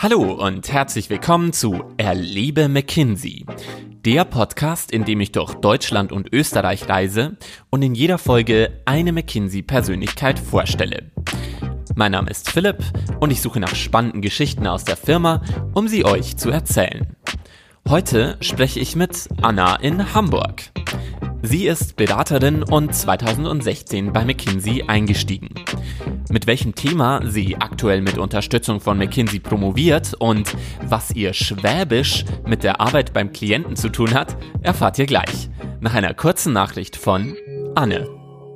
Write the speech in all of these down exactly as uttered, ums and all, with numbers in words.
Hallo und herzlich willkommen zu Erlebe McKinsey, der Podcast, in dem ich durch Deutschland und Österreich reise und in jeder Folge eine McKinsey-Persönlichkeit vorstelle. Mein Name ist Philipp und ich suche nach spannenden Geschichten aus der Firma, um sie euch zu erzählen. Heute spreche ich mit Anna in Hamburg. Sie ist Beraterin und zweitausendsechzehn bei McKinsey eingestiegen. Mit welchem Thema sie aktuell mit Unterstützung von McKinsey promoviert und was ihr Schwäbisch mit der Arbeit beim Klienten zu tun hat, erfahrt ihr gleich. Nach einer kurzen Nachricht von Anne.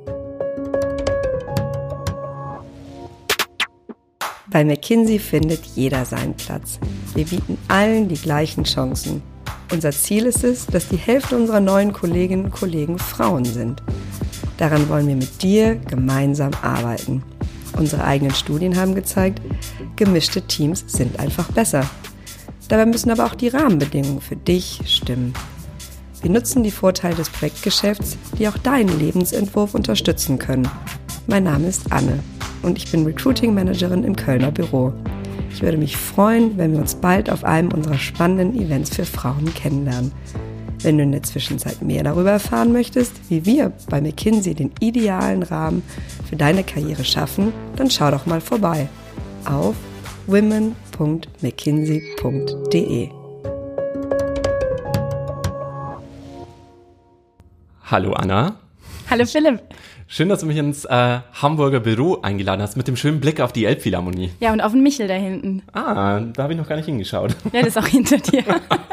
Bei McKinsey findet jeder seinen Platz. Wir bieten allen die gleichen Chancen. Unser Ziel ist es, dass die Hälfte unserer neuen Kolleginnen und Kollegen Frauen sind. Daran wollen wir mit dir gemeinsam arbeiten. Unsere eigenen Studien haben gezeigt, gemischte Teams sind einfach besser. Dabei müssen aber auch die Rahmenbedingungen für dich stimmen. Wir nutzen die Vorteile des Projektgeschäfts, die auch deinen Lebensentwurf unterstützen können. Mein Name ist Anne und ich bin Recruiting Managerin im Kölner Büro. Ich würde mich freuen, wenn wir uns bald auf einem unserer spannenden Events für Frauen kennenlernen. Wenn du in der Zwischenzeit mehr darüber erfahren möchtest, wie wir bei McKinsey den idealen Rahmen für deine Karriere schaffen, dann schau doch mal vorbei auf women punkt mckinsey punkt de. Hallo Anna. Hallo Philipp. Schön, dass du mich ins äh, Hamburger Büro eingeladen hast mit dem schönen Blick auf die Elbphilharmonie. Ja, und auf den Michel da hinten. Ah, da habe ich noch gar nicht hingeschaut. Ja, das ist auch hinter dir.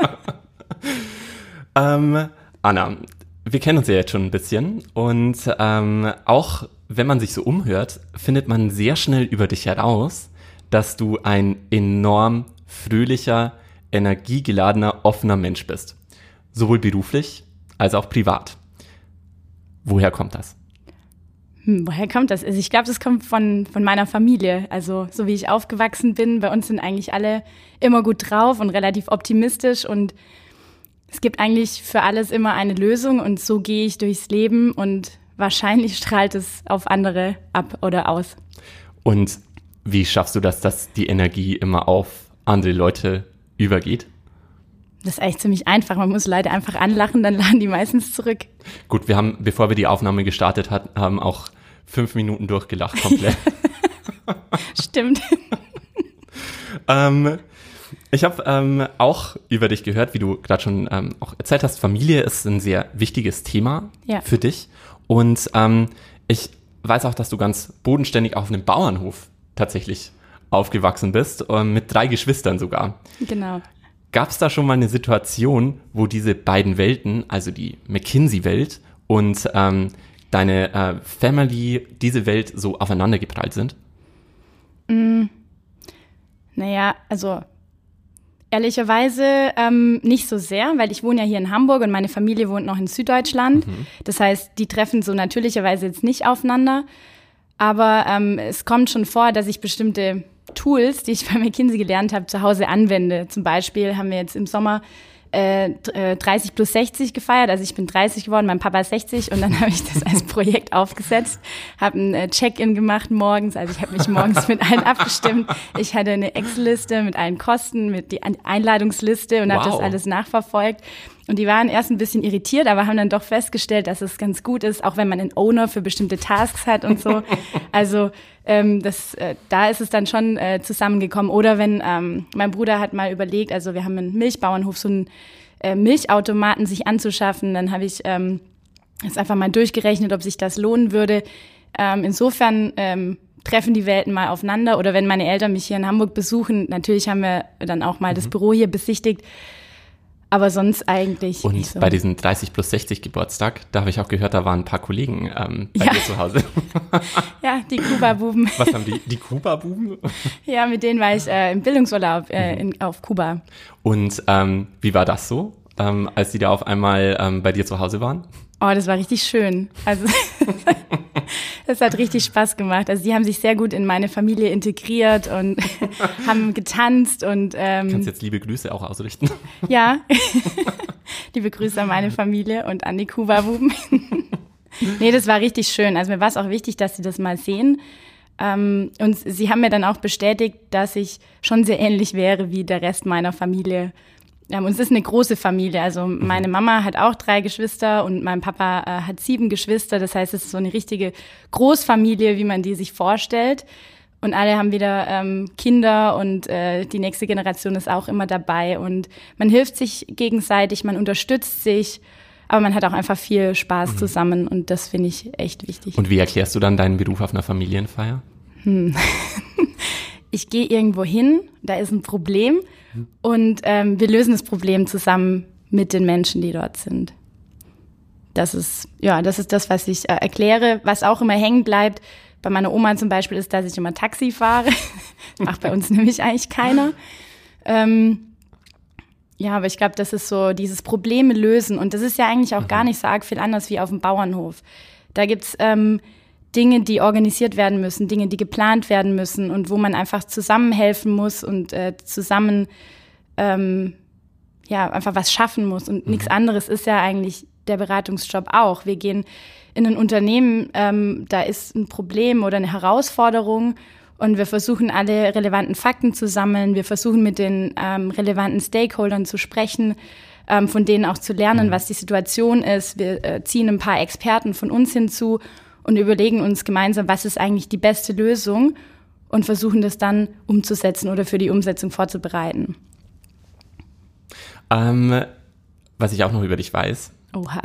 ähm, Anna, wir kennen uns ja jetzt schon ein bisschen und ähm, auch wenn man sich so umhört, findet man sehr schnell über dich heraus, dass du ein enorm fröhlicher, energiegeladener, offener Mensch bist. Sowohl beruflich als auch privat. Woher kommt das? Hm, woher kommt das? Also ich glaube, das kommt von, von meiner Familie. Also so wie ich aufgewachsen bin, bei uns sind eigentlich alle immer gut drauf und relativ optimistisch und es gibt eigentlich für alles immer eine Lösung und so gehe ich durchs Leben und wahrscheinlich strahlt es auf andere ab oder aus. Und wie schaffst du das, dass die Energie immer auf andere Leute übergeht? Das ist eigentlich ziemlich einfach. Man muss Leute einfach anlachen, dann lachen die meistens zurück. Gut, wir haben, bevor wir die Aufnahme gestartet hatten, haben auch fünf Minuten durchgelacht komplett. Stimmt. ähm, ich habe ähm, auch über dich gehört, wie du gerade schon ähm, auch erzählt hast, Familie ist ein sehr wichtiges Thema ja. für dich. Und ähm, ich weiß auch, dass du ganz bodenständig auf einem Bauernhof tatsächlich aufgewachsen bist, ähm, mit drei Geschwistern sogar. Genau. Gab es da schon mal eine Situation, wo diese beiden Welten, also die McKinsey-Welt und ähm, deine äh, Family, diese Welt so aufeinandergeprallt sind? Mm, naja, also ehrlicherweise ähm, nicht so sehr, weil ich wohne ja hier in Hamburg und meine Familie wohnt noch in Süddeutschland. Mhm. Das heißt, die treffen so natürlicherweise jetzt nicht aufeinander. Aber ähm, es kommt schon vor, dass ich bestimmte Tools, die ich bei McKinsey gelernt habe, zu Hause anwende. Zum Beispiel haben wir jetzt im Sommer äh, dreißig plus sechzig gefeiert. Also ich bin dreißig geworden, mein Papa ist sechzig und dann habe ich das als Projekt aufgesetzt, habe ein äh, Check-in gemacht morgens. Also ich habe mich morgens mit allen abgestimmt. Ich hatte eine Excel-Liste mit allen Kosten, mit die Einladungsliste und wow. habe das alles nachverfolgt. Und die waren erst ein bisschen irritiert, aber haben dann doch festgestellt, dass es ganz gut ist, auch wenn man einen Owner für bestimmte Tasks hat und so. Also ähm, das, äh, da ist es dann schon äh, zusammengekommen. Oder wenn ähm, mein Bruder hat mal überlegt, also wir haben einen Milchbauernhof, so einen äh, Milchautomaten sich anzuschaffen, dann habe ich ähm, jetzt einfach mal durchgerechnet, ob sich das lohnen würde. Ähm, insofern ähm, treffen die Welten mal aufeinander. Oder wenn meine Eltern mich hier in Hamburg besuchen, natürlich haben wir dann auch mal mhm. das Büro hier besichtigt. Aber sonst eigentlich Und nicht so. Bei diesem dreißig plus sechzig Geburtstag, da habe ich auch gehört, da waren ein paar Kollegen ähm, bei ja. dir zu Hause. Ja, die Kuba-Buben. Was haben die? Die Kuba-Buben? Ja, mit denen war ich äh, im Bildungsurlaub äh, in, auf Kuba. Und ähm, wie war das so, ähm, als die da auf einmal ähm, bei dir zu Hause waren? Oh, das war richtig schön. Also das hat richtig Spaß gemacht. Also die haben sich sehr gut in meine Familie integriert und haben getanzt und ähm, kannst jetzt liebe Grüße auch ausrichten. Ja, liebe Grüße an meine Familie und an die Kuba-Buben. Nee, das war richtig schön. Also mir war es auch wichtig, dass sie das mal sehen. Ähm, und sie haben mir dann auch bestätigt, dass ich schon sehr ähnlich wäre wie der Rest meiner Familie. Ähm, und es ist eine große Familie. Also meine Mama hat auch drei Geschwister und mein Papa äh, hat sieben Geschwister. Das heißt, es ist so eine richtige Großfamilie, wie man die sich vorstellt. Und alle haben wieder ähm, Kinder und äh, die nächste Generation ist auch immer dabei. Und man hilft sich gegenseitig, man unterstützt sich, aber man hat auch einfach viel Spaß mhm. zusammen und das finde ich echt wichtig. Und wie erklärst du dann deinen Beruf auf einer Familienfeier? Hm. Ich gehe irgendwo hin, da ist ein Problem mhm. und ähm, wir lösen das Problem zusammen mit den Menschen, die dort sind. Das ist, ja, das ist das, was ich äh, erkläre, was auch immer hängen bleibt. Bei meiner Oma zum Beispiel ist, dass ich immer Taxi fahre. Macht bei uns nämlich eigentlich keiner. Ähm, ja, aber ich glaube, das ist so dieses Probleme lösen. Und das ist ja eigentlich auch mhm. gar nicht so arg viel anders wie auf dem Bauernhof. Da gibt's ähm, Dinge, die organisiert werden müssen, Dinge, die geplant werden müssen und wo man einfach zusammenhelfen muss und äh, zusammen ähm, ja einfach was schaffen muss. Und mhm. nichts anderes ist ja eigentlich der Beratungsjob auch. Wir gehen in ein Unternehmen, ähm, da ist ein Problem oder eine Herausforderung und wir versuchen alle relevanten Fakten zu sammeln. Wir versuchen mit den ähm, relevanten Stakeholdern zu sprechen, ähm, von denen auch zu lernen, was die Situation ist. Wir äh, ziehen ein paar Experten von uns hinzu und überlegen uns gemeinsam, was ist eigentlich die beste Lösung und versuchen das dann umzusetzen oder für die Umsetzung vorzubereiten. Ähm, was ich auch noch über dich weiß, Oha.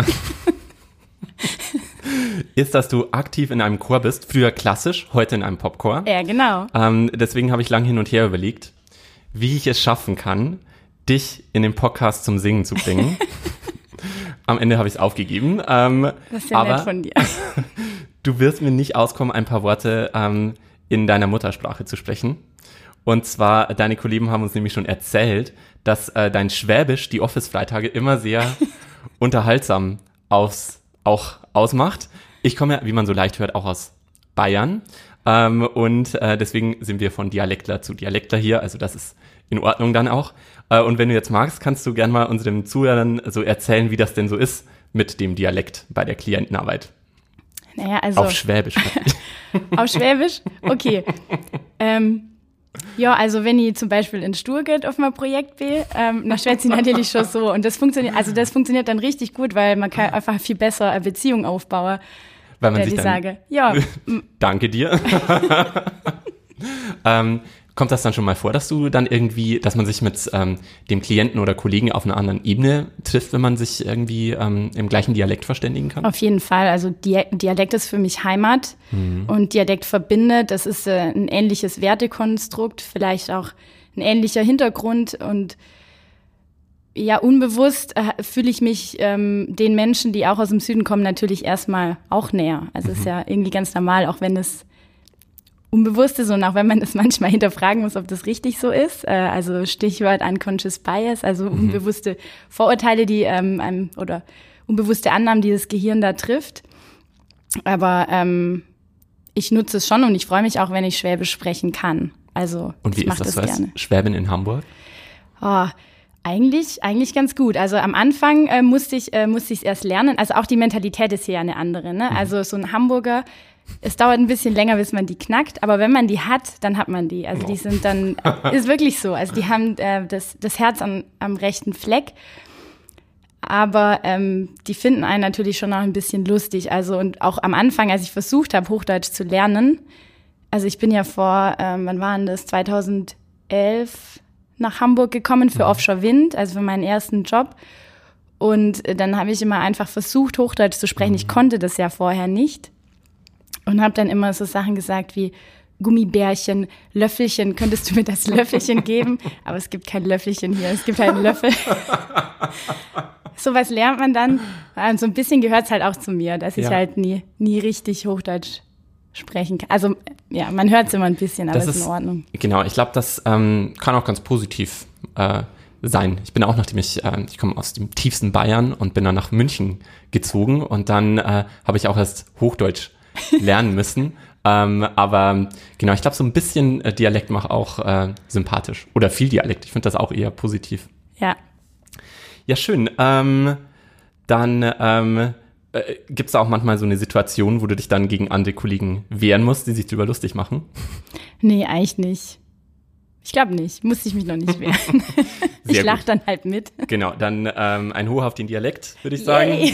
ist, dass du aktiv in einem Chor bist, früher klassisch, heute in einem Popchor. Ja, genau. Ähm, deswegen habe ich lange hin und her überlegt, wie ich es schaffen kann, dich in den Podcast zum Singen zu bringen. Am Ende habe ich es aufgegeben. Ähm, das ist ja aber nett von dir. Du wirst mir nicht auskommen, ein paar Worte ähm, in deiner Muttersprache zu sprechen. Und zwar, deine Kollegen haben uns nämlich schon erzählt, dass äh, dein Schwäbisch die Office-Freitage immer sehr unterhaltsam aus, auch ausmacht. Ich komme ja, wie man so leicht hört, auch aus Bayern. Ähm, und äh, deswegen sind wir von Dialektler zu Dialektler hier. Also das ist in Ordnung dann auch. Äh, und wenn du jetzt magst, kannst du gerne mal unseren Zuhörern so erzählen, wie das denn so ist mit dem Dialekt bei der Klientenarbeit. Naja, also. Auf Schwäbisch. Auf Schwäbisch? Okay. Ähm, ja, also wenn ich zum Beispiel in Stur geht auf mein Projekt bin, ähm, dann schwätze ich natürlich schon so. Und das funktioniert, also das funktioniert dann richtig gut, weil man kann einfach viel besser eine Beziehung aufbauen. Weil man wenn sich ich dann, sage, ja. Danke dir. ähm, kommt das dann schon mal vor, dass du dann irgendwie, dass man sich mit ähm, dem Klienten oder Kollegen auf einer anderen Ebene trifft, wenn man sich irgendwie ähm, im gleichen Dialekt verständigen kann? Auf jeden Fall. Also Di- Dialekt ist für mich Heimat mhm. und Dialekt verbindet. Das ist äh, ein ähnliches Wertekonstrukt, vielleicht auch ein ähnlicher Hintergrund und ja, unbewusst äh, fühle ich mich ähm, den Menschen, die auch aus dem Süden kommen, natürlich erstmal auch näher. Also mhm. ist ja irgendwie ganz normal, auch wenn es unbewusst ist und auch wenn man das manchmal hinterfragen muss, ob das richtig so ist. Äh, also Stichwort Unconscious Bias, also mhm. unbewusste Vorurteile, die ähm, einem, oder unbewusste Annahmen, die das Gehirn da trifft. Aber ähm, ich nutze es schon und ich freue mich auch, wenn ich Schwäbisch sprechen kann. Also und wie ich mache ist das, das was gerne. Schwäbin in Hamburg? Oh, Eigentlich, eigentlich ganz gut. Also am Anfang äh, musste ich äh, musste ich es erst lernen. Also auch die Mentalität ist hier ja eine andere. Ne? Mhm. Also so ein Hamburger, es dauert ein bisschen länger, bis man die knackt. Aber wenn man die hat, dann hat man die. Also die sind dann, ist wirklich so. Also die haben äh, das, das Herz am, am rechten Fleck. Aber ähm, die finden einen natürlich schon auch ein bisschen lustig. Also und auch am Anfang, als ich versucht habe, Hochdeutsch zu lernen, also ich bin ja vor, ähm, wann war denn das, zweitausendelf nach Hamburg gekommen für Offshore Wind, also für meinen ersten Job. Und dann habe ich immer einfach versucht, Hochdeutsch zu sprechen. Ich konnte das ja vorher nicht. Und habe dann immer so Sachen gesagt wie Gummibärchen, Löffelchen, könntest du mir das Löffelchen geben? Aber es gibt kein Löffelchen hier, es gibt einen Löffel. Sowas lernt man dann. Und so ein bisschen gehört es halt auch zu mir, dass ich ja. halt nie, nie richtig Hochdeutsch sprechen kann. Also ja, man hört es immer ein bisschen, aber das ist in Ordnung. Genau, ich glaube, das ähm, kann auch ganz positiv äh, sein. Ich bin auch, nachdem ich, äh, ich komme aus dem tiefsten Bayern und bin dann nach München gezogen und dann äh, habe ich auch erst Hochdeutsch lernen müssen. ähm, aber genau, ich glaube, so ein bisschen äh, Dialekt macht auch äh, sympathisch. Oder viel Dialekt, ich finde das auch eher positiv. Ja. Ja, schön. Ähm, dann ähm, Äh, Gibt es da auch manchmal so eine Situation, wo du dich dann gegen andere Kollegen wehren musst, die sich drüber lustig machen? Nee, eigentlich nicht. Ich glaube nicht. Musste ich mich noch nicht wehren. Ich lache dann halt mit. Genau, dann ähm, ein Hoch auf den Dialekt, würde ich sagen.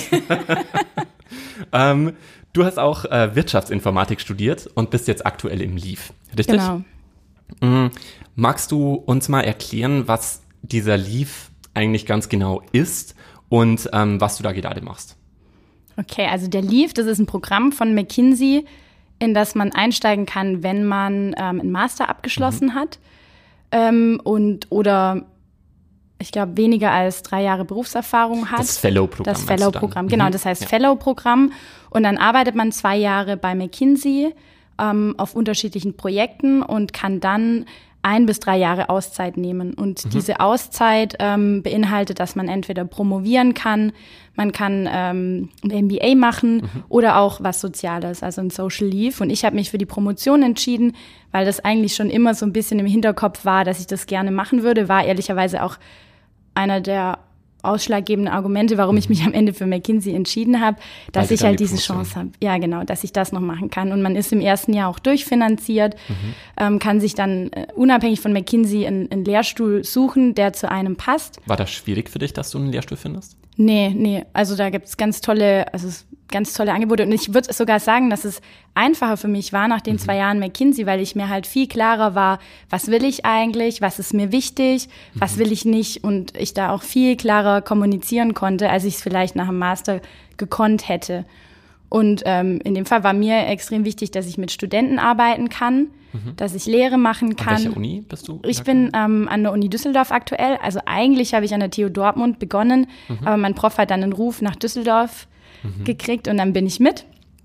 ähm, du hast auch äh, Wirtschaftsinformatik studiert und bist jetzt aktuell im L I F, richtig? Genau. Mhm. Magst du uns mal erklären, was dieser L I F eigentlich ganz genau ist und ähm, was du da gerade machst? Okay, also der L I F, das ist ein Programm von McKinsey, in das man einsteigen kann, wenn man ähm, einen Master abgeschlossen mhm. hat ähm, und oder ich glaube weniger als drei Jahre Berufserfahrung hat. Das Fellow-Programm. Das Fellow-Programm, genau, mhm. das heißt ja. Fellow-Programm. Und dann arbeitet man zwei Jahre bei McKinsey ähm, auf unterschiedlichen Projekten und kann dann ein bis drei Jahre Auszeit nehmen. Und mhm. diese Auszeit ähm, beinhaltet, dass man entweder promovieren kann, man kann ähm, ein M B A machen mhm. oder auch was Soziales, also ein Social Leave. Und ich habe mich für die Promotion entschieden, weil das eigentlich schon immer so ein bisschen im Hinterkopf war, dass ich das gerne machen würde. War ehrlicherweise auch einer der ausschlaggebenden Argumente, warum ich mich am Ende für McKinsey entschieden habe, dass Weil ich halt die diese Chance habe. Ja, genau, dass ich das noch machen kann. Und man ist im ersten Jahr auch durchfinanziert, mhm. ähm, kann sich dann äh, unabhängig von McKinsey einen, einen Lehrstuhl suchen, der zu einem passt. War das schwierig für dich, dass du einen Lehrstuhl findest? Nee, nee, also da gibt's ganz tolle, also ganz tolle Angebote. Und ich würde sogar sagen, dass es einfacher für mich war nach den mhm. zwei Jahren McKinsey, weil ich mir halt viel klarer war, was will ich eigentlich, was ist mir wichtig, mhm. was will ich nicht, und ich da auch viel klarer kommunizieren konnte, als ich es vielleicht nach dem Master gekonnt hätte. Und ähm, in dem Fall war mir extrem wichtig, dass ich mit Studenten arbeiten kann, mhm. dass ich Lehre machen kann. An welcher Uni bist du? Ich bin ähm, an der Uni Düsseldorf aktuell. Also eigentlich habe ich an der T U Dortmund begonnen, mhm. aber mein Prof hat dann einen Ruf nach Düsseldorf mhm. gekriegt und dann bin ich mit.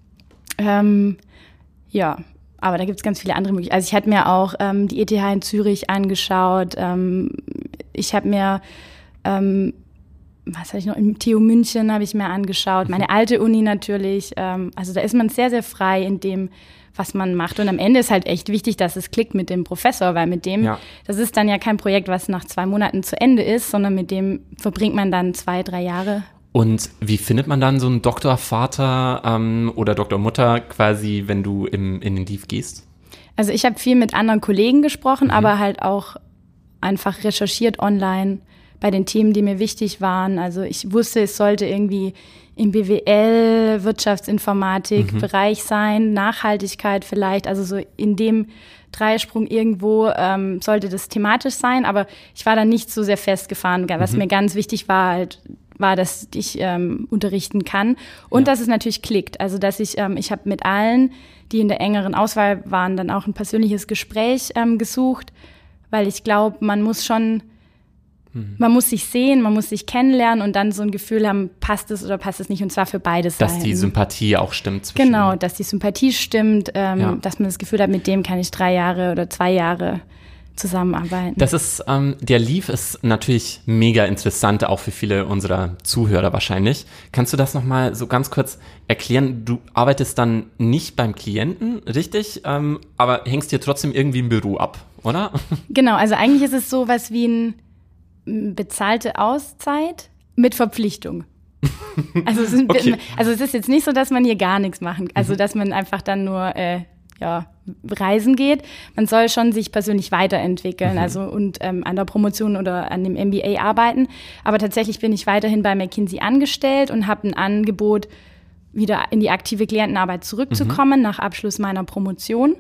Ähm, ja, aber da gibt es ganz viele andere Möglichkeiten. Also ich hatte mir auch ähm, die E T H in Zürich angeschaut. Ähm, ich habe mir ähm, was habe ich noch, im T U München habe ich mir angeschaut, meine alte Uni natürlich, ähm, also da ist man sehr, sehr frei in dem, was man macht, und am Ende ist halt echt wichtig, dass es klickt mit dem Professor, weil mit dem, ja. das ist dann ja kein Projekt, was nach zwei Monaten zu Ende ist, sondern mit dem verbringt man dann zwei, drei Jahre. Und wie findet man dann so einen Doktorvater ähm, oder Doktormutter quasi, wenn du im, in den L I F gehst? Also ich habe viel mit anderen Kollegen gesprochen, mhm. aber halt auch einfach recherchiert online bei den Themen, die mir wichtig waren. Also ich wusste, es sollte irgendwie im B W L, Wirtschaftsinformatik-Bereich mhm. sein, Nachhaltigkeit vielleicht, also so in dem Dreisprung irgendwo ähm, sollte das thematisch sein, aber ich war da nicht so sehr festgefahren. Was mhm. mir ganz wichtig war, halt, war, dass ich ähm, unterrichten kann und ja. dass es natürlich klickt. Also dass ich, ähm, ich habe mit allen, die in der engeren Auswahl waren, dann auch ein persönliches Gespräch ähm, gesucht, weil ich glaube, man muss schon Man muss sich sehen, man muss sich kennenlernen und dann so ein Gefühl haben, passt es oder passt es nicht, und zwar für beides. Dass Seiten. die Sympathie auch stimmt. Zwischen Genau, dass die Sympathie stimmt, ähm, ja. dass man das Gefühl hat, mit dem kann ich drei Jahre oder zwei Jahre zusammenarbeiten. Das ist, ähm, der L I F ist natürlich mega interessant, auch für viele unserer Zuhörer wahrscheinlich. Kannst du das nochmal so ganz kurz erklären? Du arbeitest dann nicht beim Klienten, richtig? Ähm, aber hängst dir trotzdem irgendwie im Büro ab, oder? Genau, also eigentlich ist es so was wie ein bezahlte Auszeit mit Verpflichtung. Also es, sind, okay. also es ist jetzt nicht so, dass man hier gar nichts machen, also mhm. dass man einfach dann nur äh, ja, reisen geht. Man soll schon sich persönlich weiterentwickeln, mhm. also und ähm, an der Promotion oder an dem M B A arbeiten. Aber tatsächlich bin ich weiterhin bei McKinsey angestellt und habe ein Angebot, wieder in die aktive Klientenarbeit zurückzukommen mhm. nach Abschluss meiner Promotion.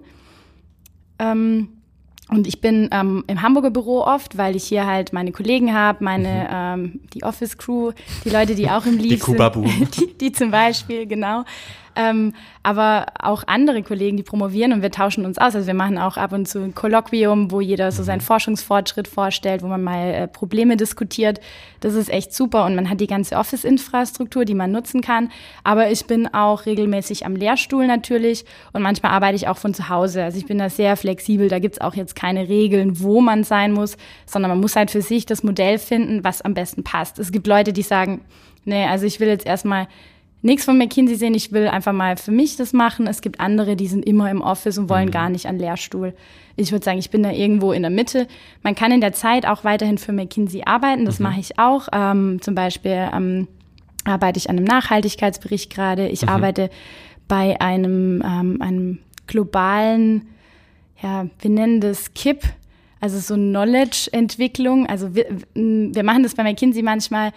Ähm, Und ich bin ähm, im Hamburger Büro oft, weil ich hier halt meine Kollegen habe, meine mhm. ähm, die Office-Crew, die Leute, die auch im Leave sind. Die, die zum Beispiel, genau. Ähm, aber auch andere Kollegen, die promovieren, und wir tauschen uns aus. Also wir machen auch ab und zu ein Kolloquium, wo jeder so seinen Forschungsfortschritt vorstellt, wo man mal äh, Probleme diskutiert. Das ist echt super, und man hat die ganze Office-Infrastruktur, die man nutzen kann. Aber ich bin auch regelmäßig am Lehrstuhl natürlich, und manchmal arbeite ich auch von zu Hause. Also ich bin da sehr flexibel. Da gibt's auch jetzt keine Regeln, wo man sein muss, sondern man muss halt für sich das Modell finden, was am besten passt. Es gibt Leute, die sagen, nee, also ich will jetzt erstmal nichts von McKinsey sehen, ich will einfach mal für mich das machen. Es gibt andere, die sind immer im Office und wollen mhm. gar nicht an Lehrstuhl. Ich würde sagen, ich bin da irgendwo in der Mitte. Man kann in der Zeit auch weiterhin für McKinsey arbeiten, das mhm. mache ich auch. Ähm, zum Beispiel ähm, arbeite ich an einem Nachhaltigkeitsbericht gerade. Ich mhm. arbeite bei einem, ähm, einem globalen, ja, wir nennen das K I P, also so Knowledge-Entwicklung. Also wir, wir machen das bei McKinsey manchmal,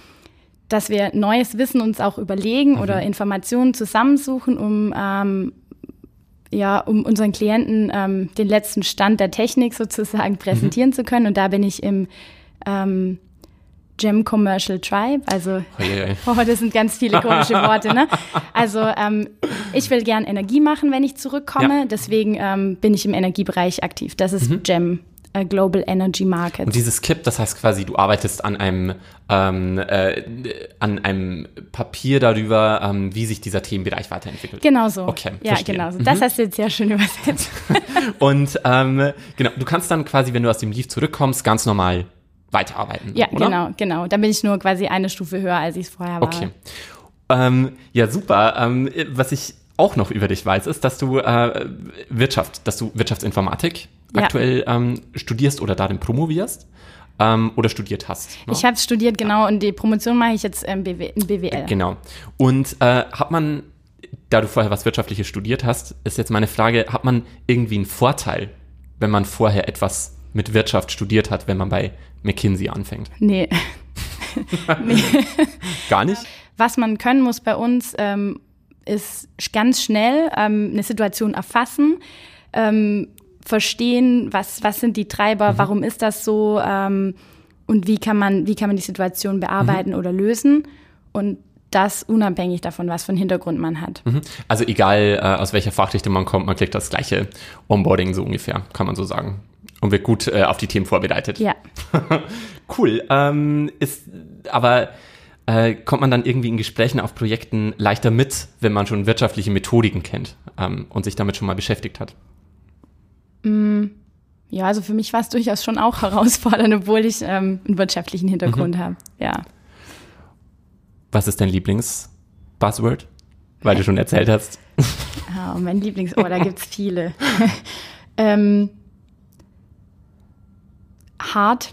dass wir neues Wissen uns auch überlegen mhm. oder Informationen zusammensuchen, um ähm, ja, um unseren Klienten ähm, den letzten Stand der Technik sozusagen präsentieren mhm. zu können. Und da bin ich im ähm, Gem Commercial Tribe, also oh, das sind ganz viele komische Worte, ne? Also ähm, ich will gern Energie machen, wenn ich zurückkomme, ja. deswegen ähm, bin ich im Energiebereich aktiv. Das ist mhm. Gem, äh, Global Energy Markets. Und dieses K I P, das heißt quasi, du arbeitest an einem ähm, äh, an einem Papier darüber, ähm, wie sich dieser Themenbereich weiterentwickelt. Genau so. Okay, ja, verstehe. genau so. Das mhm. hast du jetzt sehr schön übersetzt. Und ähm, genau, du kannst dann quasi, wenn du aus dem Leave zurückkommst, ganz normal weiterarbeiten, ja, oder? genau, genau. Da bin ich nur quasi eine Stufe höher, als ich es vorher war. Okay. Ähm, ja, super. Ähm, was ich auch noch über dich weiß, ist, dass du äh, Wirtschaft, dass du Wirtschaftsinformatik ja. aktuell ähm, studierst oder darin promovierst ähm, oder studiert hast. Ne? Ich habe studiert, genau, und die Promotion mache ich jetzt ähm, in B W L. Genau. Und äh, hat man, da du vorher was Wirtschaftliches studiert hast, ist jetzt meine Frage, hat man irgendwie einen Vorteil, wenn man vorher etwas mit Wirtschaft studiert hat, wenn man bei McKinsey anfängt? Nee. nee. Gar nicht? Was man können muss bei uns, ähm, ist ganz schnell ähm, eine Situation erfassen, ähm, verstehen, was, was sind die Treiber, mhm. warum ist das so ähm, und wie kann man, wie kann man die Situation bearbeiten mhm. oder lösen, und das unabhängig davon, was für einen Hintergrund man hat. Mhm. Also egal, äh, aus welcher Fachrichtung man kommt, man kriegt das gleiche Onboarding so ungefähr, kann man so sagen. Und wird gut äh, auf die Themen vorbereitet. Ja. Cool. Ähm, ist, aber äh, kommt man dann irgendwie in Gesprächen auf Projekten leichter mit, wenn man schon wirtschaftliche Methodiken kennt ähm, und sich damit schon mal beschäftigt hat? Mm, ja, also für mich war es durchaus schon auch herausfordernd, obwohl ich ähm, einen wirtschaftlichen Hintergrund mhm. habe. Ja. Was ist dein Lieblings-Buzzword? Weil du schon erzählt hast. Oh, mein Lieblings-, oh, da gibt's viele. ähm, Hart.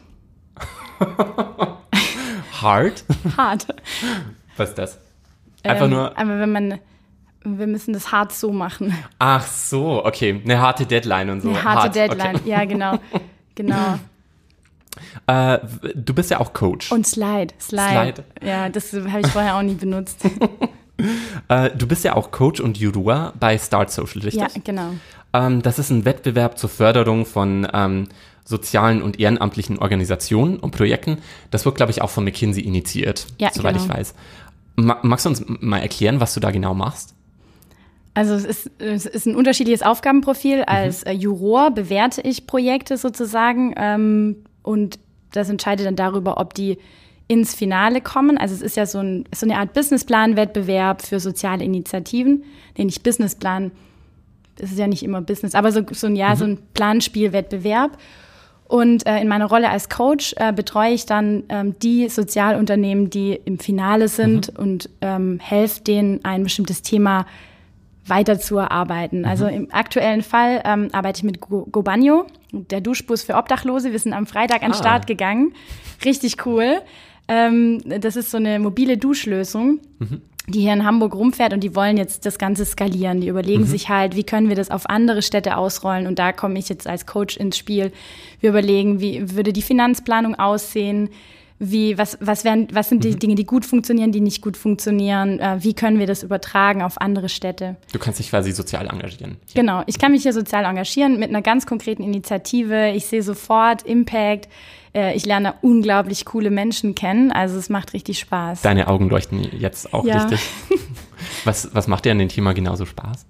Hard? Hart. Was ist das? Einfach ähm, nur... Aber wenn man... Wir müssen das hart so machen. Ach so, okay. Eine harte Deadline und so. Eine harte hart. Deadline, okay. Ja, genau. Genau. Äh, du bist ja auch Coach. Und Slide. Slide. Slide. Ja, das habe ich vorher auch nie benutzt. äh, du bist ja auch Coach und Juror bei Start Social, richtig? Ja, genau. Ähm, das ist ein Wettbewerb zur Förderung von ähm, sozialen und ehrenamtlichen Organisationen und Projekten. Das wird, glaube ich, auch von McKinsey initiiert, ja, soweit genau. ich weiß. Ma- magst du uns mal erklären, was du da genau machst? Also es ist, es ist ein unterschiedliches Aufgabenprofil. Als mhm. äh, Juror bewerte ich Projekte sozusagen ähm, und das entscheidet dann darüber, ob die ins Finale kommen. Also es ist ja so, ein, so eine Art Businessplan-Wettbewerb für soziale Initiativen, den ich Businessplan, es ist ja nicht immer Business, aber so, so ein, ja, mhm. so ein Planspielwettbewerb. Und äh, in meiner Rolle als Coach äh, betreue ich dann ähm, die Sozialunternehmen, die im Finale sind mhm. und ähm, helfe denen, ein bestimmtes Thema weiter zu erarbeiten. Mhm. Also im aktuellen Fall ähm, arbeite ich mit Go- Gobanio, der Duschbus für Obdachlose. Wir sind am Freitag an den ah. Start gegangen. Richtig cool. Ähm, das ist so eine mobile Duschlösung, mhm. die hier in Hamburg rumfährt, und die wollen jetzt das Ganze skalieren. Die überlegen mhm. sich halt, wie können wir das auf andere Städte ausrollen, und da komme ich jetzt als Coach ins Spiel. Wir überlegen, wie würde die Finanzplanung aussehen, wie, was, was, wären, was sind die mhm. Dinge, die gut funktionieren, die nicht gut funktionieren, äh, wie können wir das übertragen auf andere Städte. Du kannst dich quasi sozial engagieren. Hier. Genau, ich kann mich hier sozial engagieren mit einer ganz konkreten Initiative. Ich sehe sofort Impact. Äh, ich lerne unglaublich coole Menschen kennen, also es macht richtig Spaß. Deine Augen leuchten jetzt auch ja. richtig. Was, was macht dir an dem Thema genauso Spaß?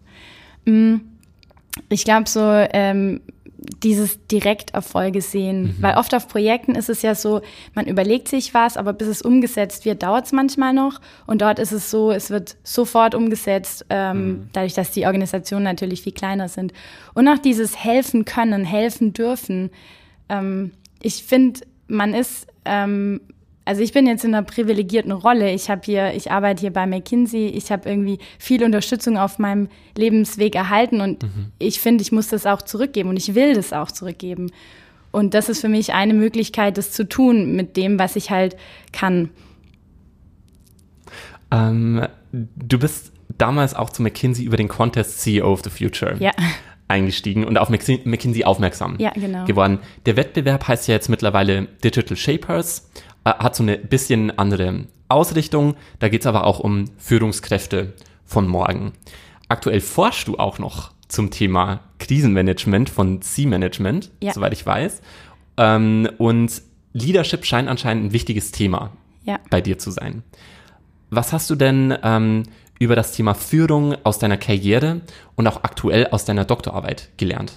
Ich glaube so, ähm, dieses Direkterfolge sehen, mhm. weil oft auf Projekten ist es ja so, man überlegt sich was, aber bis es umgesetzt wird, dauert es manchmal noch, und dort ist es so, es wird sofort umgesetzt, ähm, mhm. dadurch, dass die Organisationen natürlich viel kleiner sind. Und auch dieses helfen können, helfen dürfen. Ähm, ich finde, man ist, ähm, also ich bin jetzt in einer privilegierten Rolle. Ich habe hier, ich arbeite hier bei McKinsey. Ich habe irgendwie viel Unterstützung auf meinem Lebensweg erhalten, und mhm. ich finde, ich muss das auch zurückgeben, und ich will das auch zurückgeben. Und das ist für mich eine Möglichkeit, das zu tun mit dem, was ich halt kann. Ähm, du bist damals auch zu McKinsey über den Contest C E O of the Future ja. eingestiegen und auf McKinsey aufmerksam ja, genau. geworden. Der Wettbewerb heißt ja jetzt mittlerweile Digital Shapers, äh, hat so eine bisschen andere Ausrichtung. Da geht es aber auch um Führungskräfte von morgen. Aktuell forschst du auch noch zum Thema Krisenmanagement von C-Management, ja. soweit ich weiß. Ähm, und Leadership scheint anscheinend ein wichtiges Thema ja. bei dir zu sein. Was hast du denn ähm, über das Thema Führung aus deiner Karriere und auch aktuell aus deiner Doktorarbeit gelernt?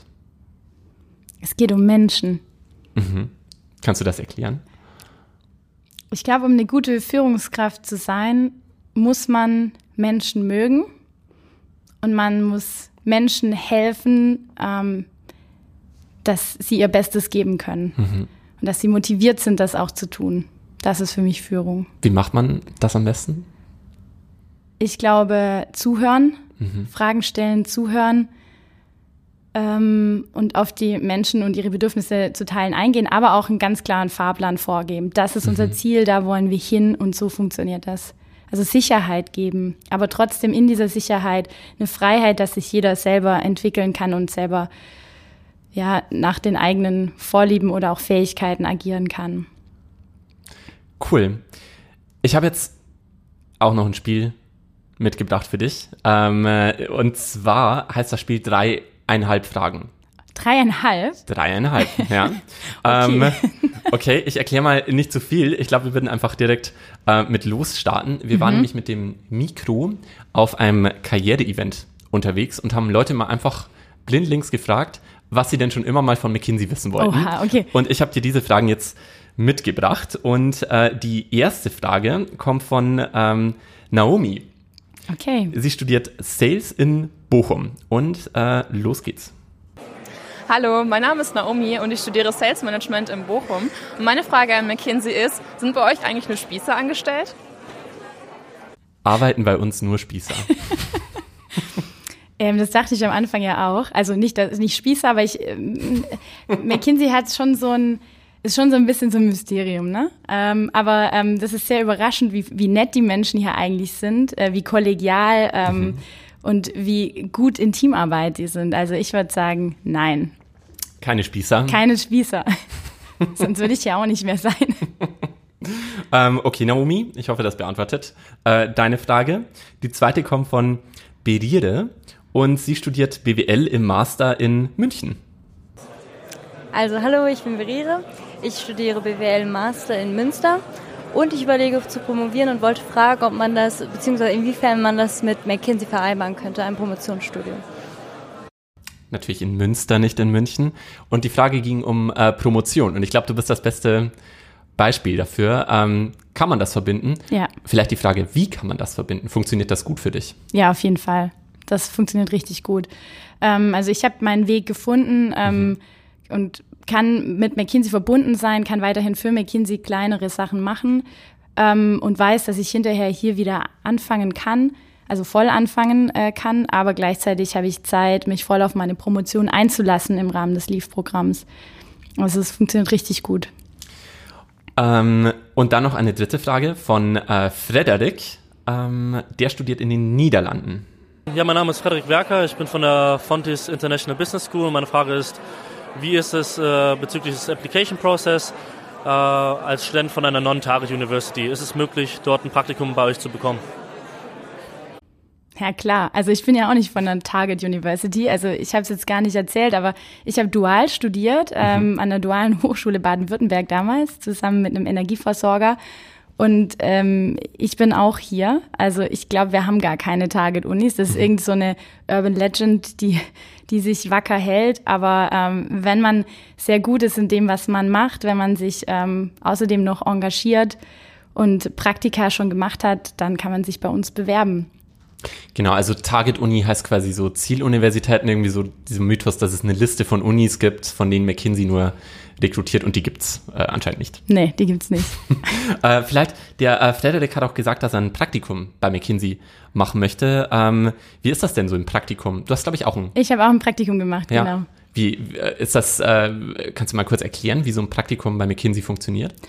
Es geht um Menschen. Mhm. Kannst du das erklären? Ich glaube, um eine gute Führungskraft zu sein, muss man Menschen mögen und man muss Menschen helfen, ähm, dass sie ihr Bestes geben können mhm. und dass sie motiviert sind, das auch zu tun. Das ist für mich Führung. Wie macht man das am besten? Ich glaube, zuhören, mhm. Fragen stellen, zuhören ähm, und auf die Menschen und ihre Bedürfnisse zu teilen eingehen, aber auch einen ganz klaren Fahrplan vorgeben. Das ist mhm. unser Ziel, da wollen wir hin und so funktioniert das. Also Sicherheit geben, aber trotzdem in dieser Sicherheit eine Freiheit, dass sich jeder selber entwickeln kann und selber ja, nach den eigenen Vorlieben oder auch Fähigkeiten agieren kann. Cool. Ich habe jetzt auch noch ein Spiel mitgebracht für dich. Ähm, und zwar heißt das Spiel dreieinhalb Fragen. Dreieinhalb? Dreieinhalb, ja. okay. Ähm, okay, ich erkläre mal nicht zu viel. Ich glaube, wir würden einfach direkt äh, mit losstarten. Wir mhm. waren nämlich mit dem Mikro auf einem Karriere-Event unterwegs und haben Leute mal einfach blindlings gefragt, was sie denn schon immer mal von McKinsey wissen wollten. Oha, okay. Und ich habe dir diese Fragen jetzt mitgebracht. Und äh, die erste Frage kommt von ähm, Naomi. Okay. Sie studiert Sales in Bochum. Und äh, los geht's. Hallo, mein Name ist Naomi und ich studiere Sales Management in Bochum. Und meine Frage an McKinsey ist, sind bei euch eigentlich nur Spießer angestellt? Arbeiten bei uns nur Spießer. ähm, das dachte ich am Anfang ja auch. Also nicht, das, nicht Spießer, aber ich, ähm, McKinsey hat schon so ein, ist schon so ein bisschen so ein Mysterium, ne? Ähm, aber ähm, das ist sehr überraschend, wie, wie nett die Menschen hier eigentlich sind, äh, wie kollegial ähm, mhm. und wie gut in Teamarbeit die sind. Also ich würde sagen, nein. Keine Spießer? Keine Spießer. Sonst würde ich ja auch nicht mehr sein. ähm, okay, Naomi, ich hoffe, das beantwortet äh, deine Frage. Die zweite kommt von Berire und sie studiert B W L im Master in München. Also hallo, ich bin Berire. Ich studiere B W L Master in Münster und ich überlege zu promovieren und wollte fragen, ob man das, beziehungsweise inwiefern man das mit McKinsey vereinbaren könnte, ein Promotionsstudium. Natürlich in Münster, nicht in München. Und die Frage ging um äh, Promotion. Und ich glaube, du bist das beste Beispiel dafür. Ähm, kann man das verbinden? Ja. Vielleicht die Frage, wie kann man das verbinden? Funktioniert das gut für dich? Ja, auf jeden Fall. Das funktioniert richtig gut. Ähm, also ich habe meinen Weg gefunden ähm, mhm. und kann mit McKinsey verbunden sein, kann weiterhin für McKinsey kleinere Sachen machen ähm, und weiß, dass ich hinterher hier wieder anfangen kann, also voll anfangen äh, kann, aber gleichzeitig habe ich Zeit, mich voll auf meine Promotion einzulassen im Rahmen des Leaf-Programms. Also es funktioniert richtig gut. Ähm, und dann noch eine dritte Frage von äh, Frederik, ähm, der studiert in den Niederlanden. Ja, mein Name ist Frederik Werker, ich bin von der Fontys International Business School und meine Frage ist, wie ist es äh, bezüglich des Application Process äh, als Student von einer Non-Target University? Ist es möglich, dort ein Praktikum bei euch zu bekommen? Ja klar, also ich bin ja auch nicht von einer Target University, also ich habe es jetzt gar nicht erzählt, aber ich habe dual studiert, mhm. ähm, an der Dualen Hochschule Baden-Württemberg damals, zusammen mit einem Energieversorger. Und ähm, ich bin auch hier. Also ich glaube, wir haben gar keine Target-Unis. Das ist mhm. irgend so eine Urban Legend, die, die sich wacker hält. Aber ähm, wenn man sehr gut ist in dem, was man macht, wenn man sich ähm, außerdem noch engagiert und Praktika schon gemacht hat, dann kann man sich bei uns bewerben. Genau, also Target-Uni heißt quasi so Zieluniversitäten, irgendwie so dieser Mythos, dass es eine Liste von Unis gibt, von denen McKinsey nur rekrutiert und die gibt's äh, anscheinend nicht. Nee, die gibt's nicht. äh, vielleicht, der äh, Frederik hat auch gesagt, dass er ein Praktikum bei McKinsey machen möchte. Ähm, wie ist das denn so im Praktikum? Du hast, glaube ich, auch ein... Ich habe auch ein Praktikum gemacht, ja. genau. Wie ist das, äh, kannst du mal kurz erklären, wie so ein Praktikum bei McKinsey funktioniert?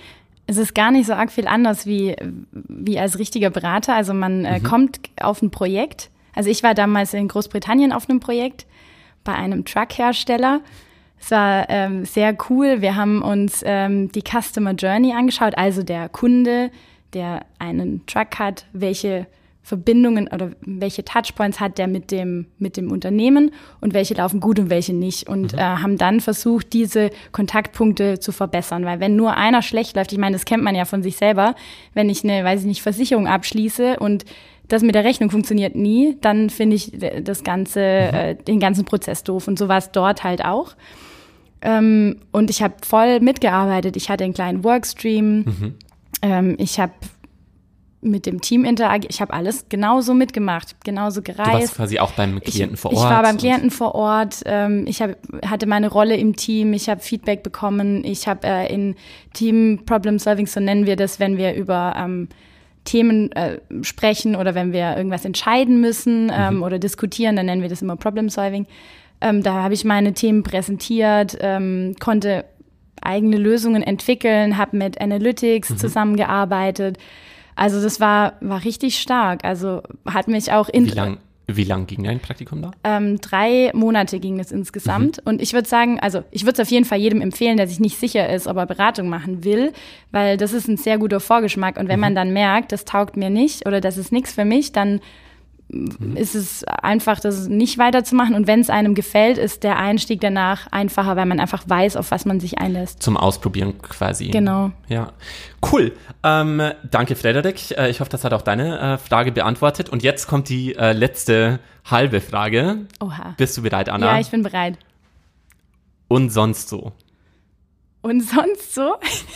Es ist gar nicht so arg viel anders wie, wie als richtiger Berater. Also man äh, mhm. kommt auf ein Projekt. Also ich war damals in Großbritannien auf einem Projekt bei einem Truckhersteller. Es war ähm, sehr cool. Wir haben uns ähm, die Customer Journey angeschaut, also der Kunde, der einen Truck hat, welche Verbindungen oder welche Touchpoints hat der mit dem, mit dem Unternehmen und welche laufen gut und welche nicht. Und mhm. äh, haben dann versucht, diese Kontaktpunkte zu verbessern. Weil wenn nur einer schlecht läuft, ich meine, das kennt man ja von sich selber, wenn ich eine, weiß ich nicht, Versicherung abschließe und das mit der Rechnung funktioniert nie, dann finde ich das Ganze, mhm. äh, den ganzen Prozess doof. Und so war es dort halt auch. Ähm, und ich habe voll mitgearbeitet. Ich hatte einen kleinen Workstream. Mhm. Ähm, ich habe mit dem Team interagiert. Ich habe alles genauso mitgemacht, genauso gereist. Du warst quasi auch beim Klienten ich, vor Ort? Ich war beim Klienten vor Ort. Ähm, ich hab, hatte meine Rolle im Team. Ich habe Feedback bekommen. Ich habe äh, in Team Problem Solving, so nennen wir das, wenn wir über ähm, Themen äh, sprechen oder wenn wir irgendwas entscheiden müssen ähm, mhm. oder diskutieren, dann nennen wir das immer Problem Solving. Ähm, da habe ich meine Themen präsentiert, ähm, konnte eigene Lösungen entwickeln, habe mit Analytics mhm. zusammengearbeitet. Also das war, war richtig stark. Also hat mich auch in Wie lang, wie lang ging dein Praktikum da? Ähm, drei Monate ging es insgesamt. Mhm. Und ich würde sagen, also ich würde es auf jeden Fall jedem empfehlen, der sich nicht sicher ist, ob er Beratung machen will, weil das ist ein sehr guter Vorgeschmack. Und wenn mhm. man dann merkt, das taugt mir nicht oder das ist nichts für mich, dann mhm. ist es einfach, das nicht weiterzumachen. Und wenn es einem gefällt, ist der Einstieg danach einfacher, weil man einfach weiß, auf was man sich einlässt. Zum Ausprobieren quasi. Genau. Ja, cool. Ähm, danke, Frederik. Äh, ich hoffe, das hat auch deine äh, Frage beantwortet. Und jetzt kommt die äh, letzte halbe Frage. Oha. Bist du bereit, Anna? Ja, ich bin bereit. Und sonst so? Und sonst so?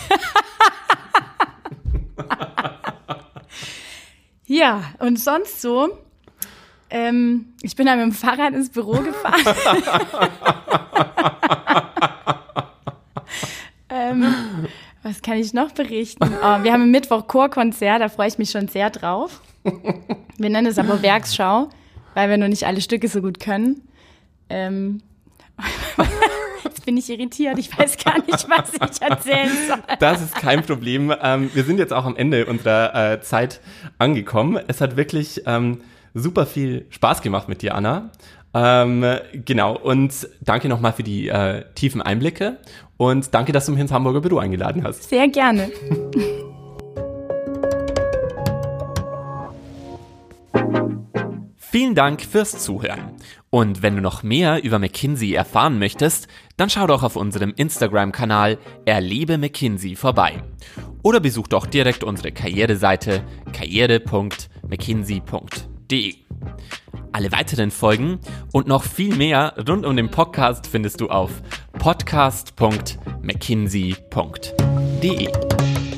Ja, und sonst so? Ähm, ich bin dann mit dem Fahrrad ins Büro gefahren. ähm, was kann ich noch berichten? Oh, wir haben am Mittwoch Chorkonzert, da freue ich mich schon sehr drauf. Wir nennen es aber Werksschau, weil wir noch nicht alle Stücke so gut können. Ähm, Jetzt bin ich irritiert, ich weiß gar nicht, was ich erzählen soll. Das ist kein Problem. Ähm, wir sind jetzt auch am Ende unserer äh, Zeit angekommen. Es hat wirklich ähm, super viel Spaß gemacht mit dir, Anna. Ähm, genau, und danke nochmal für die äh, tiefen Einblicke und danke, dass du mich ins Hamburger Büro eingeladen hast. Sehr gerne. Vielen Dank fürs Zuhören. Und wenn du noch mehr über McKinsey erfahren möchtest, dann schau doch auf unserem Instagram-Kanal Erlebe McKinsey vorbei. Oder besuch doch direkt unsere Karriereseite karriere punkt mckinsey punkt de. Alle weiteren Folgen und noch viel mehr rund um den Podcast findest du auf podcast punkt mckinsey punkt de.